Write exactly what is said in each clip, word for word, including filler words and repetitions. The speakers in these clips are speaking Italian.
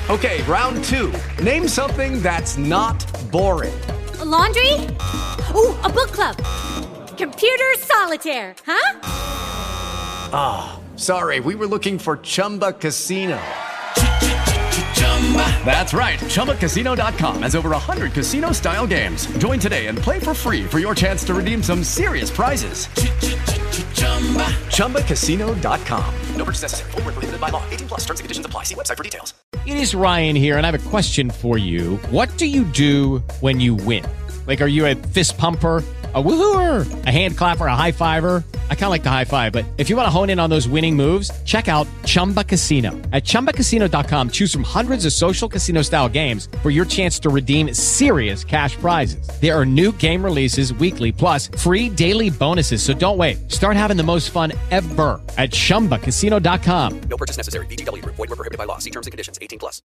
Okay, round two. Name something that's not boring. A laundry? Ooh, a book club. Computer solitaire, huh? Ah, oh, sorry, we were looking for Chumba Casino. That's right, Chumba Casino dot com has over one hundred casino-style games. Join today and play for free for your chance to redeem some serious prizes. Chumba Casino dot com. No purchase necessary. Void where prohibited by law. eighteen plus terms and conditions apply. See website for details. It is Ryan here, and I have a question for you. What do you do when you win? Like, are you a fist pumper, a woohooer, a hand clapper, a high fiver? I kind of like the high five, but if you want to hone in on those winning moves, check out Chumba Casino. At Chumba Casino dot com, choose from hundreds of social casino-style games for your chance to redeem serious cash prizes. There are new game releases weekly, plus free daily bonuses, so don't wait. Start having the most fun ever at Chumba Casino dot com. No purchase necessary. V G W. Void where prohibited by law. See terms and conditions. eighteen plus.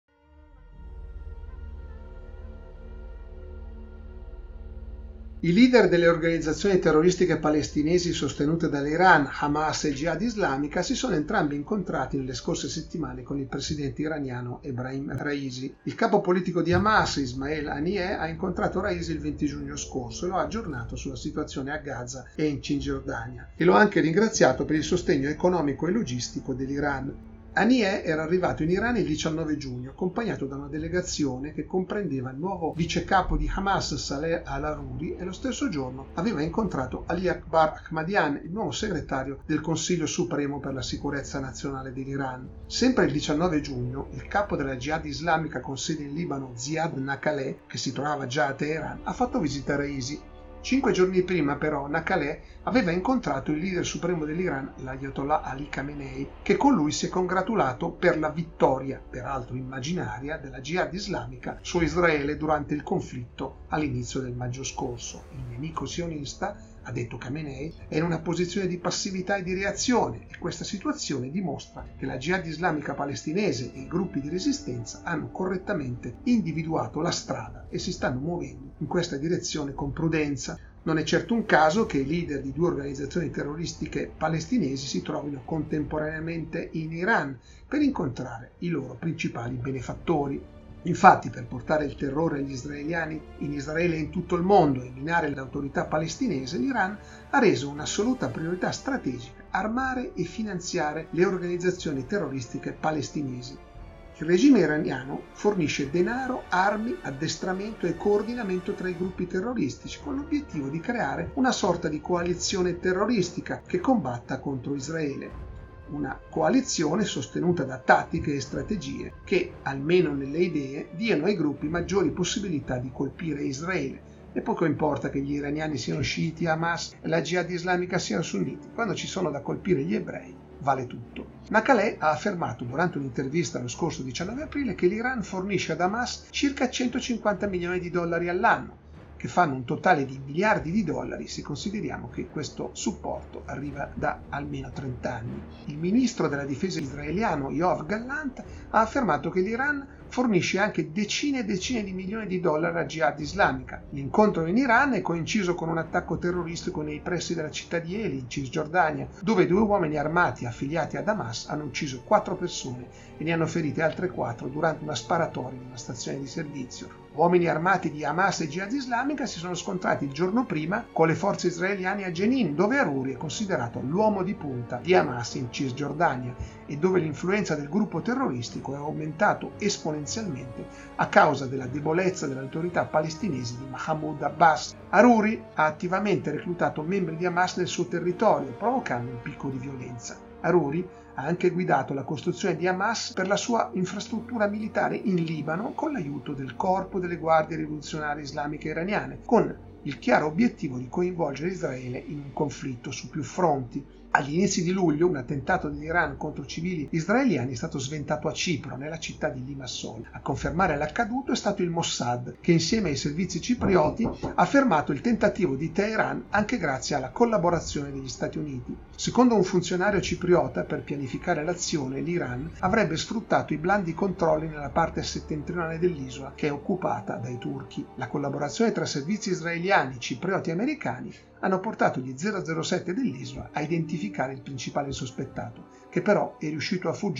I leader delle organizzazioni terroristiche palestinesi sostenute dall'Iran, Hamas e Jihad Islamica, si sono entrambi incontrati nelle scorse settimane con il presidente iraniano Ebrahim Raisi. Il capo politico di Hamas, Ismail Haniyeh, ha incontrato Raisi il venti giugno scorso e lo ha aggiornato sulla situazione a Gaza e in Cisgiordania, e lo ha anche ringraziato per il sostegno economico e logistico dell'Iran. Haniyeh era arrivato in Iran il diciannove giugno, accompagnato da una delegazione che comprendeva il nuovo vicecapo di Hamas Saleh al-Aruri, e lo stesso giorno aveva incontrato Ali Akbar Ahmadian, il nuovo segretario del Consiglio Supremo per la Sicurezza Nazionale dell'Iran. Sempre il diciannove giugno, il capo della Jihad Islamica con sede in Libano, Ziad Nakaleh, che si trovava già a Teheran, ha fatto visita a Raisi. Cinque giorni prima, però, Nakaleh aveva incontrato il leader supremo dell'Iran, l'Ayatollah Ali Khamenei, che con lui si è congratulato per la vittoria, peraltro immaginaria, della Jihad Islamica su Israele durante il conflitto all'inizio del maggio scorso. Il nemico sionista, ha detto Khamenei, è in una posizione di passività e di reazione, e questa situazione dimostra che la Jihad Islamica palestinese e i gruppi di resistenza hanno correttamente individuato la strada e si stanno muovendo in questa direzione con prudenza. Non è certo un caso che i leader di due organizzazioni terroristiche palestinesi si trovino contemporaneamente in Iran per incontrare i loro principali benefattori. Infatti, per portare il terrore agli israeliani in Israele e in tutto il mondo e minare l'autorità palestinese, l'Iran ha reso un'assoluta priorità strategica armare e finanziare le organizzazioni terroristiche palestinesi. Il regime iraniano fornisce denaro, armi, addestramento e coordinamento tra i gruppi terroristici, con l'obiettivo di creare una sorta di coalizione terroristica che combatta contro Israele. Una coalizione sostenuta da tattiche e strategie che, almeno nelle idee, diano ai gruppi maggiori possibilità di colpire Israele. E poco importa che gli iraniani siano sciiti, Hamas e la Jihad Islamica siano sunniti, quando ci sono da colpire gli ebrei vale tutto. Nakaleh ha affermato durante un'intervista lo scorso diciannove aprile che l'Iran fornisce ad Hamas circa centocinquanta milioni di dollari all'anno, che fanno un totale di miliardi di dollari se consideriamo che questo supporto arriva da almeno trenta anni. Il ministro della difesa israeliano Yoav Gallant ha affermato che l'Iran fornisce anche decine e decine di milioni di dollari a Jihad Islamica. L'incontro in Iran è coinciso con un attacco terroristico nei pressi della città di Eli, in Cisgiordania, dove due uomini armati affiliati ad Hamas hanno ucciso quattro persone e ne hanno ferite altre quattro durante una sparatoria in una stazione di servizio. Uomini armati di Hamas e Jihad Islamica si sono scontrati il giorno prima con le forze israeliane a Jenin, dove Aruri è considerato l'uomo di punta di Hamas in Cisgiordania e dove l'influenza del gruppo terroristico è aumentato esponenzialmente a causa della debolezza delle autorità palestinesi di Mahmoud Abbas. Aruri ha attivamente reclutato membri di Hamas nel suo territorio, provocando un picco di violenza. Aruri ha anche guidato la costruzione di Hamas per la sua infrastruttura militare in Libano con l'aiuto del corpo delle guardie rivoluzionarie islamiche iraniane, con il chiaro obiettivo di coinvolgere Israele in un conflitto su più fronti. Agli inizi di luglio un attentato dell'Iran contro civili israeliani è stato sventato a Cipro, nella città di Limassol. A confermare l'accaduto è stato il Mossad, che insieme ai servizi ciprioti ha fermato il tentativo di Teheran anche grazie alla collaborazione degli Stati Uniti. Secondo un funzionario cipriota, per pianificare l'azione, l'Iran avrebbe sfruttato i blandi controlli nella parte settentrionale dell'isola, che è occupata dai turchi. La collaborazione tra servizi israeliani, ciprioti e americani hanno portato gli zero zero sette dell'isola a identificare il principale sospettato, che però è riuscito a fuggire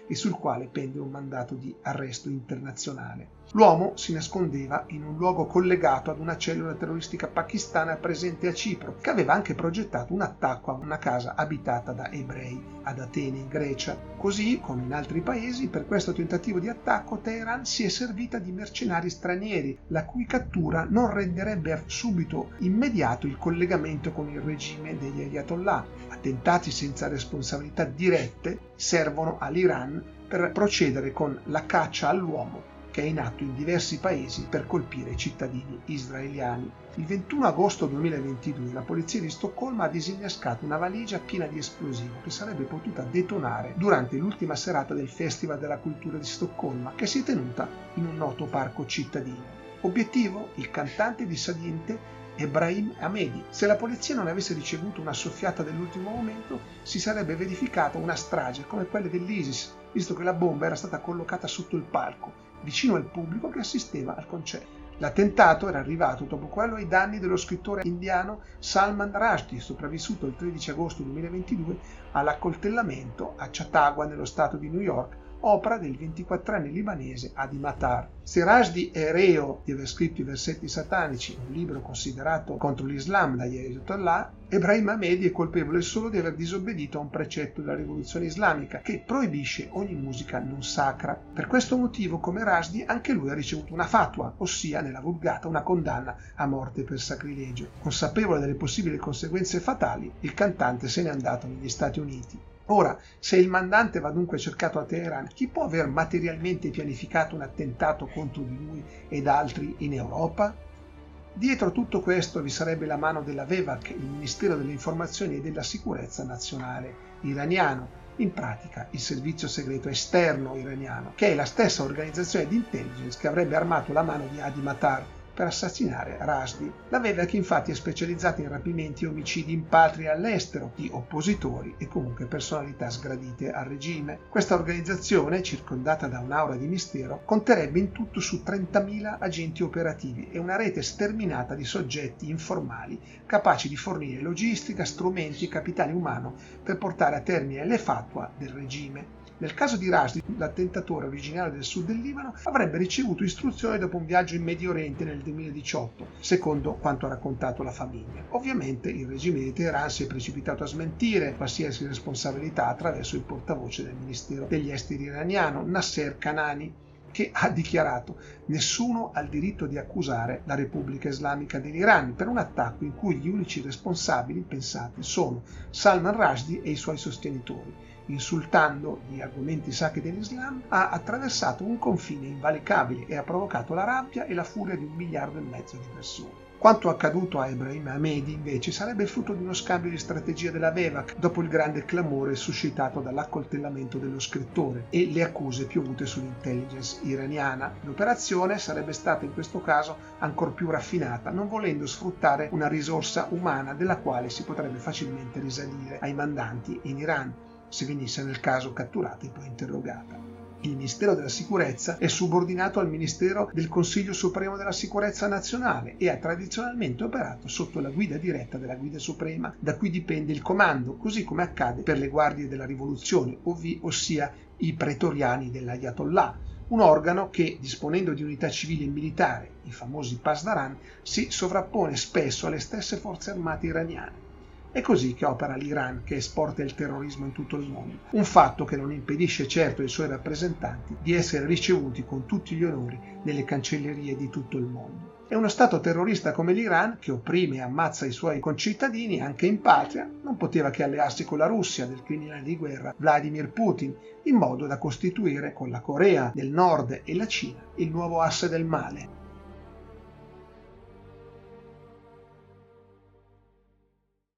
e sul quale pende un mandato di arresto internazionale. L'uomo si nascondeva in un luogo collegato ad una cellula terroristica pakistana presente a Cipro, che aveva anche progettato un attacco a una casa abitata da ebrei ad Atene, in Grecia. Così, come in altri paesi, per questo tentativo di attacco Teheran si è servita di mercenari stranieri, la cui cattura non renderebbe subito immediato il collegamento con il regime degli Ayatollah. Attentati senza responsabilità dirette servono all'Iran per procedere con la caccia all'uomo che è in atto in diversi paesi per colpire i cittadini israeliani. Il ventuno agosto duemilaventidue la polizia di Stoccolma ha disinnescato una valigia piena di esplosivo che sarebbe potuta detonare durante l'ultima serata del Festival della Cultura di Stoccolma, che si è tenuta in un noto parco cittadino. Obiettivo? Il cantante dissidente Ebrahim Hamedi. Se la polizia non avesse ricevuto una soffiata dell'ultimo momento, si sarebbe verificata una strage come quelle dell'ISIS, visto che la bomba era stata collocata sotto il palco, vicino al pubblico che assisteva al concerto. L'attentato era arrivato dopo quello ai danni dello scrittore indiano Salman Rushdie, sopravvissuto il tredici agosto duemilaventidue all'accoltellamento a Chautauqua nello stato di New York, opera del ventiquattrenne libanese Hadi Matar. Se Rushdie è reo di aver scritto i versetti satanici, un libro considerato contro l'Islam dagli Ayatollah, Ebrahim Hamedi è colpevole solo di aver disobbedito a un precetto della rivoluzione islamica che proibisce ogni musica non sacra. Per questo motivo, come Rushdie, anche lui ha ricevuto una fatwa, ossia nella Vulgata una condanna a morte per sacrilegio. Consapevole delle possibili conseguenze fatali, il cantante se n'è andato negli Stati Uniti. Ora, se il mandante va dunque cercato a Teheran, chi può aver materialmente pianificato un attentato contro di lui ed altri in Europa? Dietro tutto questo vi sarebbe la mano della Vevak, il Ministero delle Informazioni e della Sicurezza Nazionale iraniano, in pratica il servizio segreto esterno iraniano, che è la stessa organizzazione di intelligence che avrebbe armato la mano di Hadi Matar per assassinare Rushdie. La Vevak infatti è specializzata in rapimenti e omicidi in patria e all'estero di oppositori e comunque personalità sgradite al regime. Questa organizzazione, circondata da un'aura di mistero, conterebbe in tutto su trentamila agenti operativi e una rete sterminata di soggetti informali capaci di fornire logistica, strumenti e capitale umano per portare a termine le fatwa del regime. Nel caso di Rushdie, l'attentatore originario del sud del Libano avrebbe ricevuto istruzioni dopo un viaggio in Medio Oriente nel duemiladiciotto, secondo quanto ha raccontato la famiglia. Ovviamente il regime di Teheran si è precipitato a smentire qualsiasi responsabilità attraverso il portavoce del Ministero degli Esteri iraniano, Nasser Kanani, che ha dichiarato: nessuno ha il diritto di accusare la Repubblica Islamica dell'Iran per un attacco in cui gli unici responsabili, pensate, sono Salman Rushdie e i suoi sostenitori. Insultando gli argomenti sacri dell'Islam, ha attraversato un confine invalicabile e ha provocato la rabbia e la furia di un miliardo e mezzo di persone. Quanto accaduto a Ebrahim Hamedi, invece, sarebbe il frutto di uno scambio di strategia della Vevak dopo il grande clamore suscitato dall'accoltellamento dello scrittore e le accuse piovute sull'intelligence iraniana. L'operazione sarebbe stata in questo caso ancor più raffinata, non volendo sfruttare una risorsa umana della quale si potrebbe facilmente risalire ai mandanti in Iran, se venisse nel caso catturata e poi interrogata. Il Ministero della Sicurezza è subordinato al Ministero del Consiglio Supremo della Sicurezza Nazionale e ha tradizionalmente operato sotto la guida diretta della Guida Suprema, da cui dipende il comando, così come accade per le guardie della rivoluzione, ossia i pretoriani dell'Ayatollah, un organo che, disponendo di unità civili e militari, i famosi Pasdaran, si sovrappone spesso alle stesse forze armate iraniane. È così che opera l'Iran, che esporta il terrorismo in tutto il mondo, un fatto che non impedisce certo ai suoi rappresentanti di essere ricevuti con tutti gli onori nelle cancellerie di tutto il mondo. È uno Stato terrorista come l'Iran, che opprime e ammazza i suoi concittadini anche in patria, non poteva che allearsi con la Russia del criminale di guerra Vladimir Putin, in modo da costituire con la Corea del Nord e la Cina il nuovo asse del male.